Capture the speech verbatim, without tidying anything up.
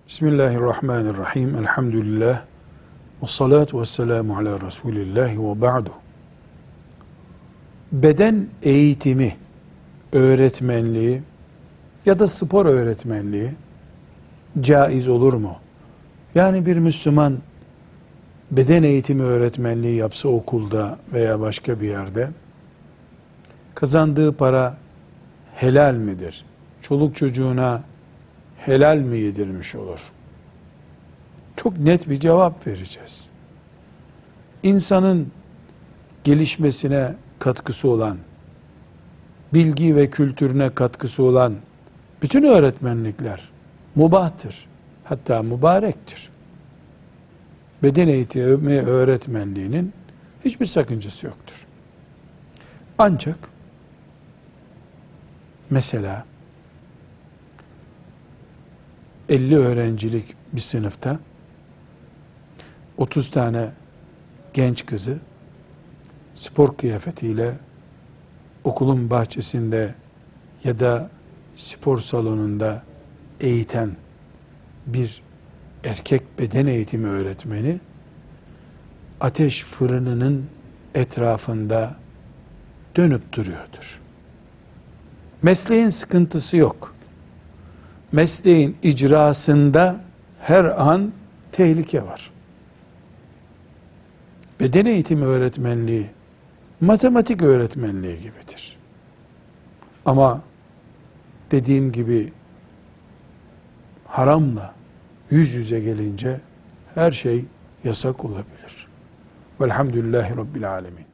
Bismillahirrahmanirrahim. Elhamdülillah. Ve salatu ve selamu ala Resulillahi ve ba'du. Beden eğitimi öğretmenliği ya da spor öğretmenliği caiz olur mu? Yani bir Müslüman beden eğitimi öğretmenliği yapsa okulda veya başka bir yerde kazandığı para helal midir? Çoluk çocuğuna helal mi yedirmiş olur? Çok net bir cevap vereceğiz. İnsanın gelişmesine katkısı olan, bilgi ve kültürüne katkısı olan bütün öğretmenlikler mubahtır. Hatta mübarektir. Beden eğitimi öğretmenliğinin hiçbir sakıncası yoktur. Ancak mesela elli öğrencilik bir sınıfta otuz tane genç kızı spor kıyafetiyle okulun bahçesinde ya da spor salonunda eğiten bir erkek beden eğitimi öğretmeni ateş fırınının etrafında dönüp duruyordur. Mesleğin sıkıntısı yok. Mesleğin icrasında her an tehlike var. Beden eğitimi öğretmenliği, matematik öğretmenliği gibidir. Ama dediğim gibi haramla yüz yüze gelince her şey yasak olabilir. Velhamdülillahi Rabbil Alemin.